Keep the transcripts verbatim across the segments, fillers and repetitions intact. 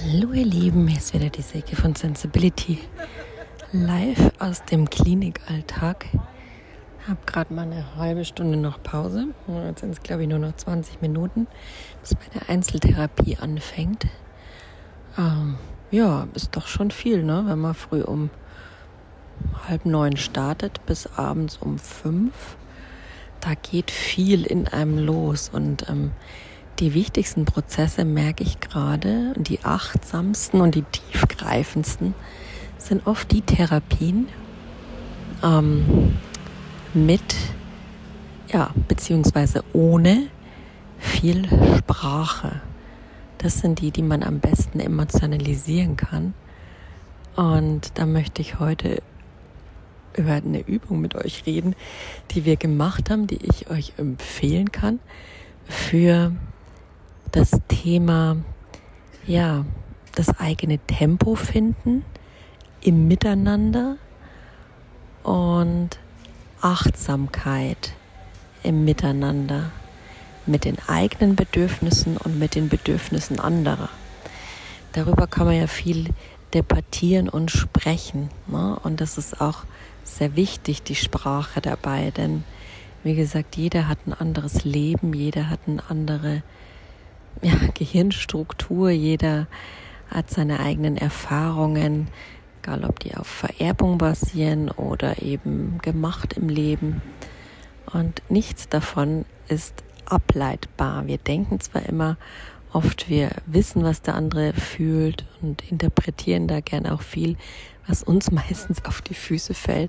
Hallo ihr Lieben, hier ist wieder die Silke von Sensibility live aus dem Klinikalltag. Ich habe gerade mal eine halbe Stunde noch Pause. Jetzt sind es glaube ich nur noch zwanzig Minuten, bis meine Einzeltherapie anfängt. Ähm, ja, ist doch schon viel, ne? Wenn man früh um halb neun startet bis abends um fünf. Da geht viel in einem los und ähm, die wichtigsten Prozesse merke ich gerade, und die achtsamsten und die tiefgreifendsten sind oft die Therapien ähm, mit, ja, beziehungsweise ohne viel Sprache. Das sind die, die man am besten emotionalisieren kann. Und da möchte ich heute über eine Übung mit euch reden, die wir gemacht haben, die ich euch empfehlen kann für das Thema, ja, das eigene Tempo finden im Miteinander und Achtsamkeit im Miteinander mit den eigenen Bedürfnissen und mit den Bedürfnissen anderer. Darüber kann man ja viel debattieren und sprechen, ne? Und das ist auch sehr wichtig, die Sprache dabei, denn wie gesagt, jeder hat ein anderes Leben, jeder hat eine andere ja, Gehirnstruktur, jeder hat seine eigenen Erfahrungen, egal ob die auf Vererbung basieren oder eben gemacht im Leben. Und nichts davon ist ableitbar. Wir denken zwar immer oft, wir wissen, was der andere fühlt und interpretieren da gern auch viel, was uns meistens auf die Füße fällt.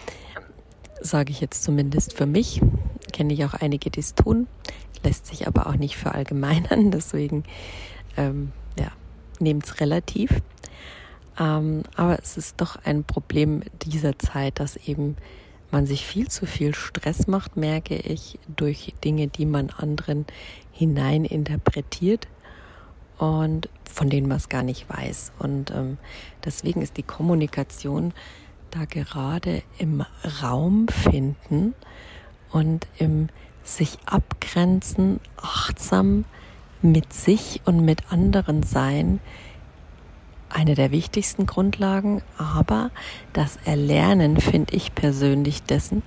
Sage ich jetzt zumindest für mich. Kenne ich auch einige, die es tun. Lässt sich aber auch nicht verallgemeinern. Deswegen, ähm, ja, nehmt es relativ. Ähm, aber es ist doch ein Problem dieser Zeit, dass eben man sich viel zu viel Stress macht, merke ich, durch Dinge, die man anderen hinein interpretiert und von denen man es gar nicht weiß. Und ähm, deswegen ist die Kommunikation da gerade im Raum finden und im sich abgrenzen, achtsam mit sich und mit anderen sein, eine der wichtigsten Grundlagen, aber das Erlernen finde ich persönlich dessen,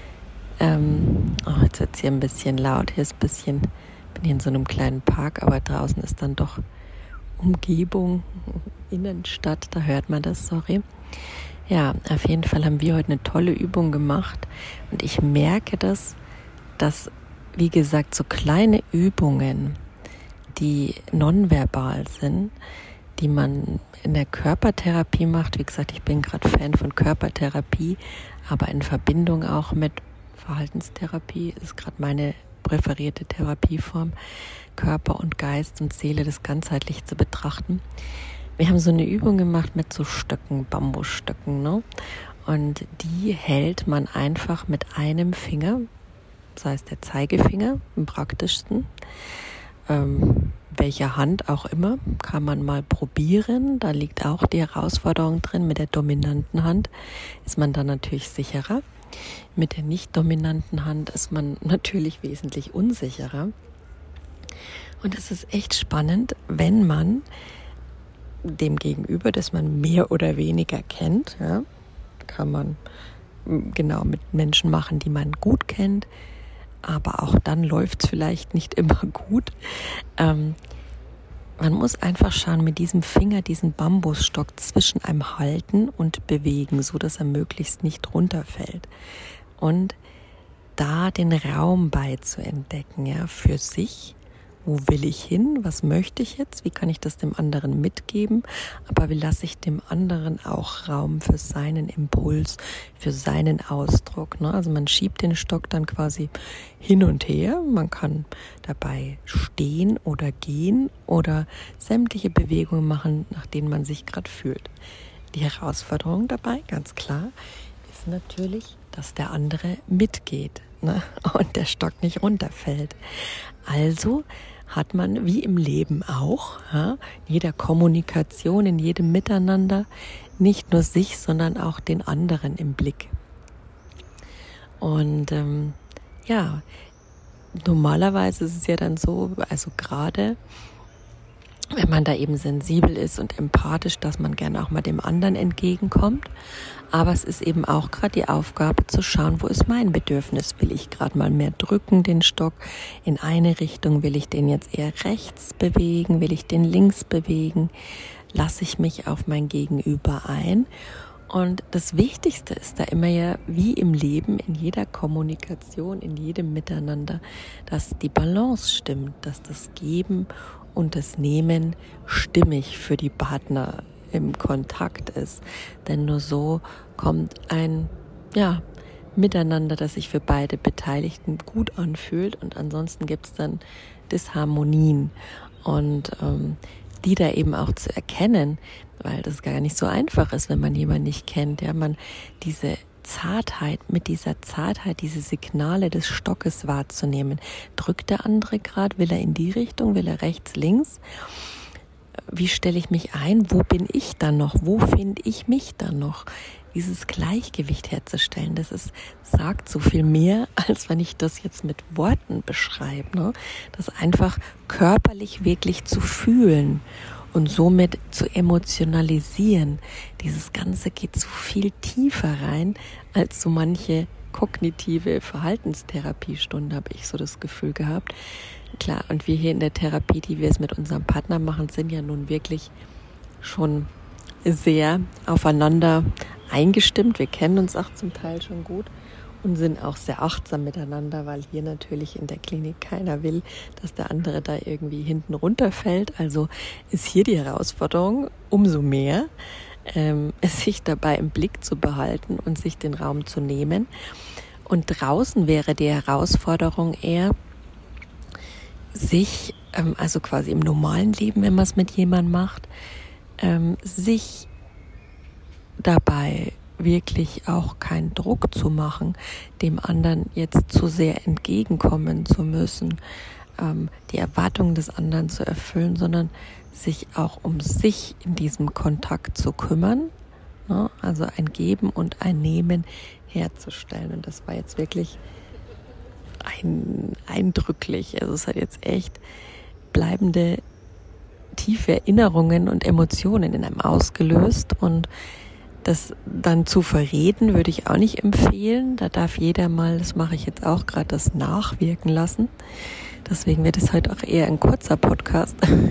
ähm, oh, jetzt wird es hier ein bisschen laut, hier ist ein bisschen, bin hier in so einem kleinen Park, aber draußen ist dann doch Umgebung, Innenstadt, da hört man das, sorry. Ja, auf jeden Fall haben wir heute eine tolle Übung gemacht und ich merke das, dass, wie gesagt, so kleine Übungen, die nonverbal sind, die man in der Körpertherapie macht. Wie gesagt, ich bin gerade Fan von Körpertherapie, aber in Verbindung auch mit Verhaltenstherapie ist gerade meine präferierte Therapieform, Körper und Geist und Seele, das ganzheitlich zu betrachten. Wir haben so eine Übung gemacht mit so Stöcken, Bambusstöcken, ne? Und die hält man einfach mit einem Finger, das heißt der Zeigefinger, am praktischsten. Ähm, welcher Hand auch immer, kann man mal probieren. Da liegt auch die Herausforderung drin. Mit der dominanten Hand ist man dann natürlich sicherer. Mit der nicht dominanten Hand ist man natürlich wesentlich unsicherer. Und es ist echt spannend, wenn man dem Gegenüber, das man mehr oder weniger kennt, ja, kann man genau mit Menschen machen, die man gut kennt, aber auch dann läuft es vielleicht nicht immer gut. Ähm, man muss einfach schauen, mit diesem Finger diesen Bambusstock zwischen einem halten und bewegen, so dass er möglichst nicht runterfällt. Und da den Raum bei zu entdecken, ja, für sich. Wo will ich hin? Was möchte ich jetzt? Wie kann ich das dem anderen mitgeben? Aber wie lasse ich dem anderen auch Raum für seinen Impuls, für seinen Ausdruck? Ne? Also man schiebt den Stock dann quasi hin und her. Man kann dabei stehen oder gehen oder sämtliche Bewegungen machen, nach denen man sich gerade fühlt. Die Herausforderung dabei, ganz klar, ist natürlich, dass der andere mitgeht, ne? Und der Stock nicht runterfällt. Also hat man, wie im Leben auch, ja, in jeder Kommunikation, in jedem Miteinander, nicht nur sich, sondern auch den anderen im Blick. Und ähm, ja, normalerweise ist es ja dann so, also gerade wenn man da eben sensibel ist und empathisch, dass man gerne auch mal dem anderen entgegenkommt. Aber es ist eben auch gerade die Aufgabe zu schauen, wo ist mein Bedürfnis? Will ich gerade mal mehr drücken, den Stock in eine Richtung? Will ich den jetzt eher rechts bewegen? Will ich den links bewegen? Lasse ich mich auf mein Gegenüber ein? Und das Wichtigste ist da immer ja, wie im Leben, in jeder Kommunikation, in jedem Miteinander, dass die Balance stimmt, dass das Geben und das Nehmen stimmig für die Partner im Kontakt ist. Denn nur so kommt ein ja, Miteinander, das sich für beide Beteiligten gut anfühlt. Und ansonsten gibt es dann Disharmonien. Und ähm, die da eben auch zu erkennen, weil das gar nicht so einfach ist, wenn man jemanden nicht kennt. Ja, man diese Zartheit, mit dieser Zartheit diese Signale des Stockes wahrzunehmen. Drückt der andere gerade? Will er in die Richtung? Will er rechts, links? Wie stelle ich mich ein? Wo bin ich dann noch? Wo finde ich mich dann noch? Dieses Gleichgewicht herzustellen, das ist, sagt so viel mehr, als wenn ich das jetzt mit Worten beschreibe. Ne? Das einfach körperlich wirklich zu fühlen und somit zu emotionalisieren. Dieses Ganze geht so viel tiefer rein, als so manche kognitive Verhaltenstherapiestunde, habe ich so das Gefühl gehabt. Klar, und wir hier in der Therapie, die wir es mit unserem Partner machen, sind ja nun wirklich schon sehr aufeinander eingestimmt. Wir kennen uns auch zum Teil schon gut und sind auch sehr achtsam miteinander, weil hier natürlich in der Klinik keiner will, dass der andere da irgendwie hinten runterfällt. Also ist hier die Herausforderung umso mehr, ähm, sich dabei im Blick zu behalten und sich den Raum zu nehmen. Und draußen wäre die Herausforderung eher, sich, ähm, also quasi im normalen Leben, wenn man es mit jemandem macht, ähm, sich dabei wirklich auch keinen Druck zu machen, dem anderen jetzt zu sehr entgegenkommen zu müssen, ähm, die Erwartungen des anderen zu erfüllen, sondern sich auch um sich in diesem Kontakt zu kümmern, ne? Also ein Geben und ein Nehmen herzustellen. Und das war jetzt wirklich ein, eindrücklich. Also es hat jetzt echt bleibende, tiefe Erinnerungen und Emotionen in einem ausgelöst, und das dann zu verreden, würde ich auch nicht empfehlen. Da darf jeder mal, das mache ich jetzt auch gerade, das nachwirken lassen. Deswegen wird es heute auch eher ein kurzer Podcast,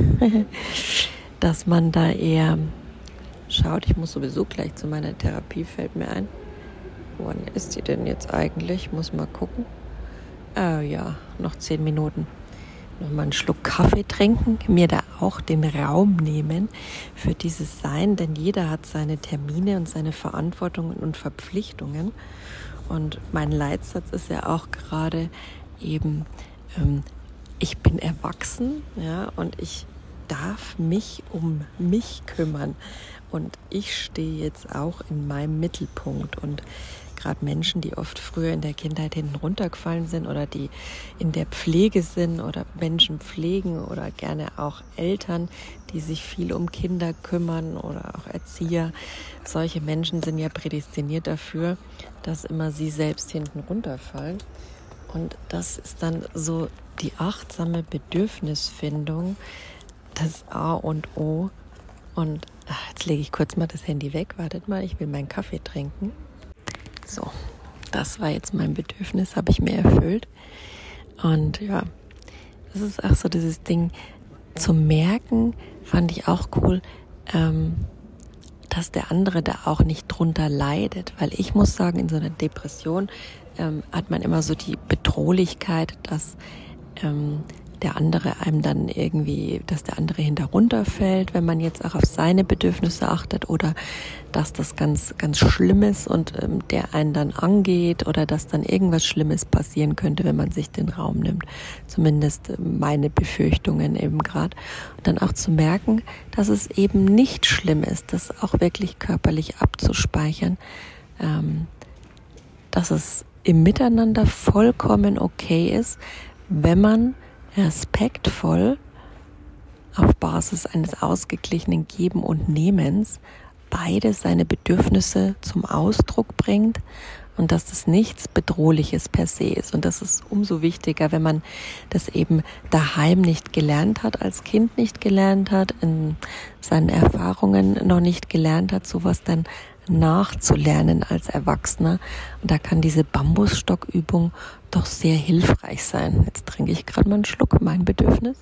dass man da eher schaut. Ich muss sowieso gleich zu meiner Therapie, fällt mir ein. Wann ist die denn jetzt eigentlich? Muss mal gucken. Ah ja, noch zehn Minuten. Nochmal einen Schluck Kaffee trinken, mir da auch den Raum nehmen für dieses Sein, denn jeder hat seine Termine und seine Verantwortungen und Verpflichtungen. Und mein Leitsatz ist ja auch gerade eben, ähm, ich bin erwachsen, ja, und ich darf mich um mich kümmern. Und ich stehe jetzt auch in meinem Mittelpunkt. Und gerade Menschen, die oft früher in der Kindheit hinten runtergefallen sind oder die in der Pflege sind oder Menschen pflegen oder gerne auch Eltern, die sich viel um Kinder kümmern oder auch Erzieher. Solche Menschen sind ja prädestiniert dafür, dass immer sie selbst hinten runterfallen. Und das ist dann so die achtsame Bedürfnisfindung, das A und O. Und ach, jetzt lege ich kurz mal das Handy weg. Wartet mal, ich will meinen Kaffee trinken. So, das war jetzt mein Bedürfnis, habe ich mir erfüllt. Und ja, das ist auch so dieses Ding zu merken, fand ich auch cool, ähm, dass der andere da auch nicht drunter leidet. Weil ich muss sagen, in so einer Depression ähm, hat man immer so die Bedrohlichkeit, dass ähm, der andere einem dann irgendwie, dass der andere hinter runterfällt, wenn man jetzt auch auf seine Bedürfnisse achtet, oder dass das ganz, ganz schlimm ist und ähm, der einen dann angeht, oder dass dann irgendwas Schlimmes passieren könnte, wenn man sich den Raum nimmt. Zumindest äh, meine Befürchtungen eben gerade. Und dann auch zu merken, dass es eben nicht schlimm ist, das auch wirklich körperlich abzuspeichern, ähm, dass es im Miteinander vollkommen okay ist, wenn man respektvoll auf Basis eines ausgeglichenen Geben und Nehmens beide seine Bedürfnisse zum Ausdruck bringt und dass das nichts Bedrohliches per se ist. Und das ist umso wichtiger, wenn man das eben daheim nicht gelernt hat, als Kind nicht gelernt hat, in seinen Erfahrungen noch nicht gelernt hat, sowas dann nachzulernen als Erwachsener. Und da kann diese Bambusstockübung doch sehr hilfreich sein. Jetzt trinke ich gerade mal einen Schluck, mein Bedürfnis.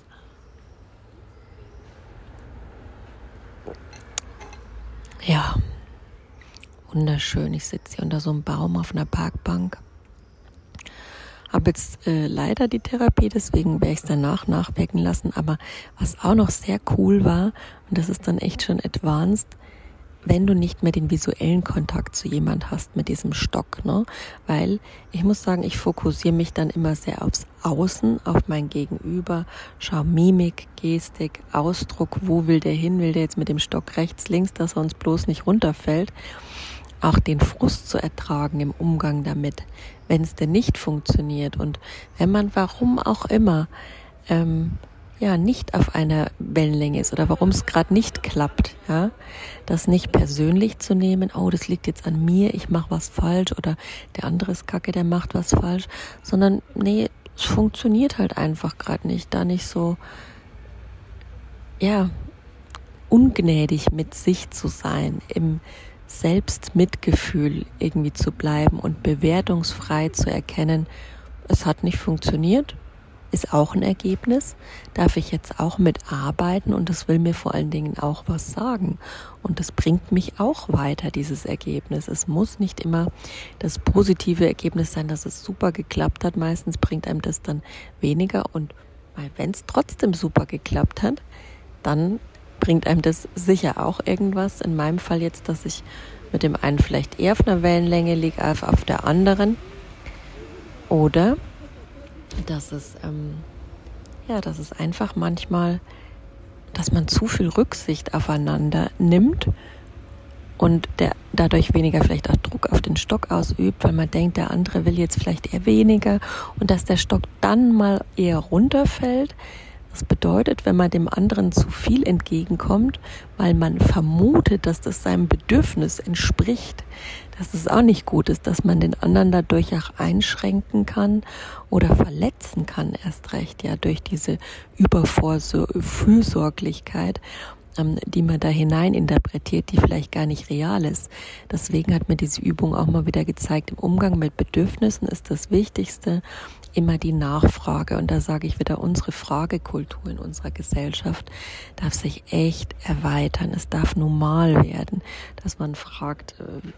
Ja, wunderschön. Ich sitze hier unter so einem Baum auf einer Parkbank. Habe jetzt äh, leider die Therapie, deswegen werde ich es danach nachwirken lassen. Aber was auch noch sehr cool war, und das ist dann echt schon advanced, wenn du nicht mehr den visuellen Kontakt zu jemand hast mit diesem Stock, ne? Weil ich muss sagen, ich fokussiere mich dann immer sehr aufs Außen, auf mein Gegenüber, schau Mimik, Gestik, Ausdruck, wo will der hin, will der jetzt mit dem Stock rechts, links, dass er uns bloß nicht runterfällt. Auch den Frust zu ertragen im Umgang damit, wenn es denn nicht funktioniert und wenn man warum auch immer ähm, ja nicht auf einer Wellenlänge ist oder warum es gerade nicht klappt, ja, das nicht persönlich zu nehmen, oh, das liegt jetzt an mir, ich mache was falsch oder der andere ist kacke, der macht was falsch, sondern nee, es funktioniert halt einfach gerade nicht, da nicht so, ja, ungnädig mit sich zu sein, im Selbstmitgefühl irgendwie zu bleiben und bewertungsfrei zu erkennen, es hat nicht funktioniert, ist auch ein Ergebnis, darf ich jetzt auch mitarbeiten und das will mir vor allen Dingen auch was sagen. Und das bringt mich auch weiter, dieses Ergebnis. Es muss nicht immer das positive Ergebnis sein, dass es super geklappt hat. Meistens bringt einem das dann weniger und wenn es trotzdem super geklappt hat, dann bringt einem das sicher auch irgendwas. In meinem Fall jetzt, dass ich mit dem einen vielleicht eher auf einer Wellenlänge liege als auf der anderen. Oder dass es, ähm, ja, dass es einfach manchmal, dass man zu viel Rücksicht aufeinander nimmt und der dadurch weniger vielleicht auch Druck auf den Stock ausübt, weil man denkt, der andere will jetzt vielleicht eher weniger und dass der Stock dann mal eher runterfällt. Das bedeutet, wenn man dem anderen zu viel entgegenkommt, weil man vermutet, dass das seinem Bedürfnis entspricht, dass es auch nicht gut ist, dass man den anderen dadurch auch einschränken kann oder verletzen kann, erst recht, ja, durch diese Überfürsorglichkeit, die man da hinein interpretiert, die vielleicht gar nicht real ist. Deswegen hat mir diese Übung auch mal wieder gezeigt, im Umgang mit Bedürfnissen ist das Wichtigste immer die Nachfrage. Und da sage ich wieder, unsere Fragekultur in unserer Gesellschaft darf sich echt erweitern. Es darf normal werden, dass man fragt,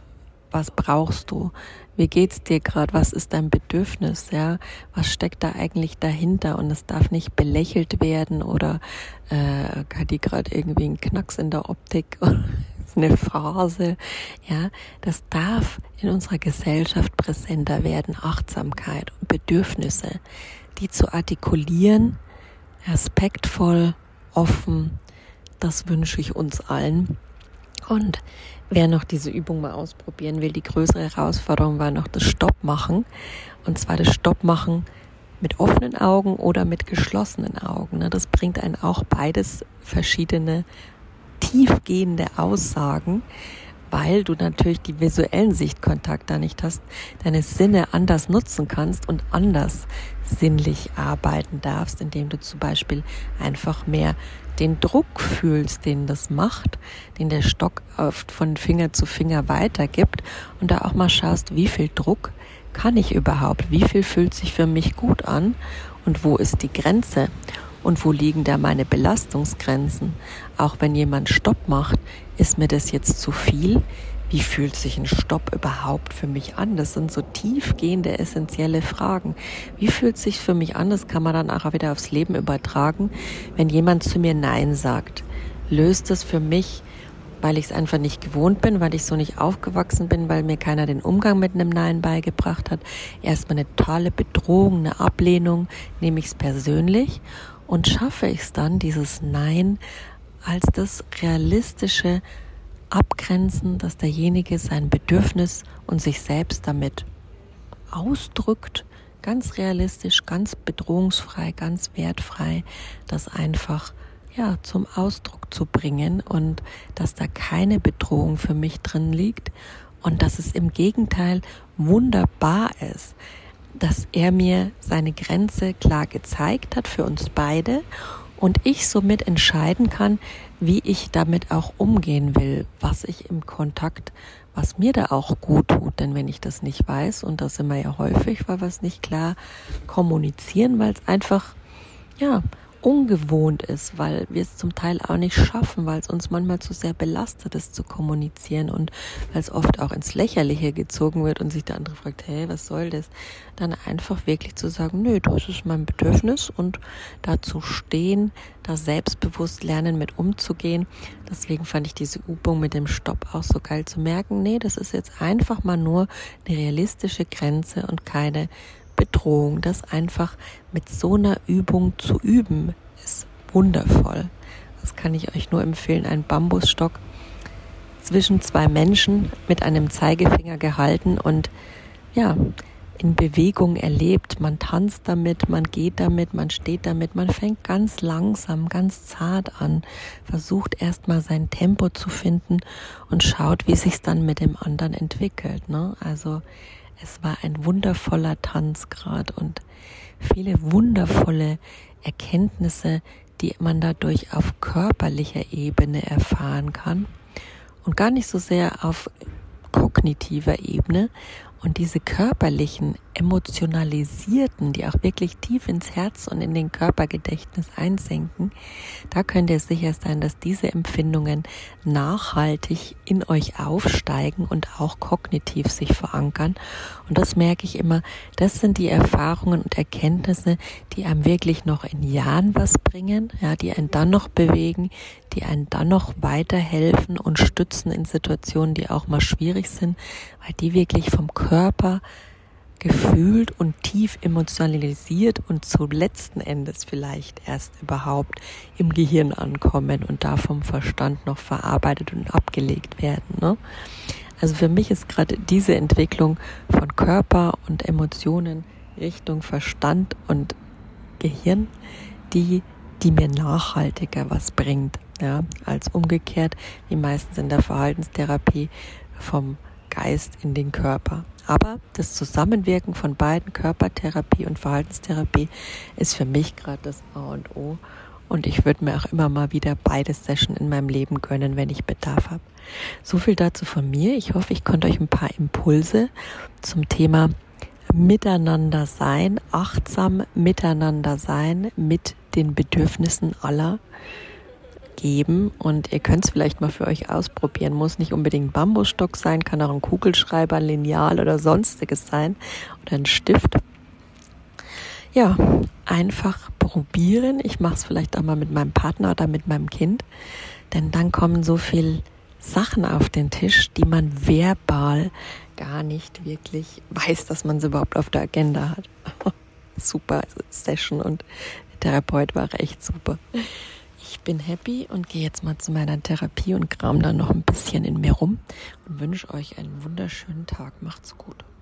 was brauchst du? Wie geht's dir gerade? Was ist dein Bedürfnis? Ja, was steckt da eigentlich dahinter? Und es darf nicht belächelt werden oder äh, hat die gerade irgendwie einen Knacks in der Optik oder eine Phase. Ja, das darf in unserer Gesellschaft präsenter werden. Achtsamkeit und Bedürfnisse, die zu artikulieren, respektvoll, offen. Das wünsche ich uns allen. Und wer noch diese Übung mal ausprobieren will, die größere Herausforderung war noch das Stopp-Machen. Und zwar das Stopp-Machen mit offenen Augen oder mit geschlossenen Augen. Das bringt einen auch beides verschiedene tiefgehende Aussagen, weil du natürlich die visuellen Sichtkontakte nicht hast, deine Sinne anders nutzen kannst und anders sinnlich arbeiten darfst, indem du zum Beispiel einfach mehr den Druck fühlst, den das macht, den der Stock oft von Finger zu Finger weitergibt und da auch mal schaust, wie viel Druck kann ich überhaupt, wie viel fühlt sich für mich gut an und wo ist die Grenze und wo liegen da meine Belastungsgrenzen. Auch wenn jemand Stopp macht, ist mir das jetzt zu viel? Wie fühlt sich ein Stopp überhaupt für mich an? Das sind so tiefgehende, essentielle Fragen. Wie fühlt sich für mich an? Das kann man dann auch wieder aufs Leben übertragen. Wenn jemand zu mir Nein sagt, löst es für mich, weil ich es einfach nicht gewohnt bin, weil ich so nicht aufgewachsen bin, weil mir keiner den Umgang mit einem Nein beigebracht hat. Erstmal eine totale Bedrohung, eine Ablehnung, nehme ich es persönlich und schaffe ich es dann, dieses Nein als das realistische Abgrenzen, dass derjenige sein Bedürfnis und sich selbst damit ausdrückt, ganz realistisch, ganz bedrohungsfrei, ganz wertfrei, das einfach ja zum Ausdruck zu bringen und dass da keine Bedrohung für mich drin liegt und dass es im Gegenteil wunderbar ist, dass er mir seine Grenze klar gezeigt hat für uns beide und ich somit entscheiden kann, wie ich damit auch umgehen will, was ich im Kontakt, was mir da auch gut tut. Denn wenn ich das nicht weiß, und das sind wir ja häufig, weil wir es nicht klar kommunizieren, weil es einfach, ja, ungewohnt ist, weil wir es zum Teil auch nicht schaffen, weil es uns manchmal zu sehr belastet ist zu kommunizieren und weil es oft auch ins Lächerliche gezogen wird und sich der andere fragt, hey, was soll das? Dann einfach wirklich zu sagen, nö, das ist mein Bedürfnis und da zu stehen, da selbstbewusst lernen mit umzugehen. Deswegen fand ich diese Übung mit dem Stopp auch so geil zu merken, nee, das ist jetzt einfach mal nur eine realistische Grenze und keine Bedrohung. Das einfach mit so einer Übung zu üben, ist wundervoll. Das kann ich euch nur empfehlen. Ein Bambusstock zwischen zwei Menschen mit einem Zeigefinger gehalten und ja, in Bewegung erlebt. Man tanzt damit, man geht damit, man steht damit, man fängt ganz langsam, ganz zart an, versucht erstmal sein Tempo zu finden und schaut, wie sich's dann mit dem anderen entwickelt, ne? Also es war ein wundervoller Tanz gerade und viele wundervolle Erkenntnisse, die man dadurch auf körperlicher Ebene erfahren kann und gar nicht so sehr auf kognitiver Ebene. Und diese körperlichen, emotionalisierten, die auch wirklich tief ins Herz und in den Körpergedächtnis einsenken, da könnt ihr sicher sein, dass diese Empfindungen nachhaltig in euch aufsteigen und auch kognitiv sich verankern. Und das merke ich immer, das sind die Erfahrungen und Erkenntnisse, die einem wirklich noch in Jahren was bringen, ja, die einen dann noch bewegen, die einen dann noch weiterhelfen und stützen in Situationen, die auch mal schwierig sind, weil die wirklich vom Körper gefühlt und tief emotionalisiert und zu letzten Endes vielleicht erst überhaupt im Gehirn ankommen und da vom Verstand noch verarbeitet und abgelegt werden, ne? Also für mich ist gerade diese Entwicklung von Körper und Emotionen Richtung Verstand und Gehirn, die, die mir nachhaltiger was bringt, ja, als umgekehrt, wie meistens in der Verhaltenstherapie vom Geist in den Körper. Aber das Zusammenwirken von beiden, Körpertherapie und Verhaltenstherapie, ist für mich gerade das A und O. Und ich würde mir auch immer mal wieder beide Sessions in meinem Leben gönnen, wenn ich Bedarf habe. So viel dazu von mir. Ich hoffe, ich konnte euch ein paar Impulse zum Thema Miteinander sein, achtsam miteinander sein mit den Bedürfnissen aller geben und ihr könnt es vielleicht mal für euch ausprobieren. Muss nicht unbedingt ein Bambusstock sein, kann auch ein Kugelschreiber, ein Lineal oder sonstiges sein oder ein Stift. Ja, einfach probieren. Ich mache es vielleicht auch mal mit meinem Partner oder mit meinem Kind, denn dann kommen so viel Sachen auf den Tisch, die man verbal gar nicht wirklich weiß, dass man sie überhaupt auf der Agenda hat. Super Session und der Therapeut war echt super. Ich bin happy und gehe jetzt mal zu meiner Therapie und kram dann noch ein bisschen in mir rum und wünsche euch einen wunderschönen Tag. Macht's gut.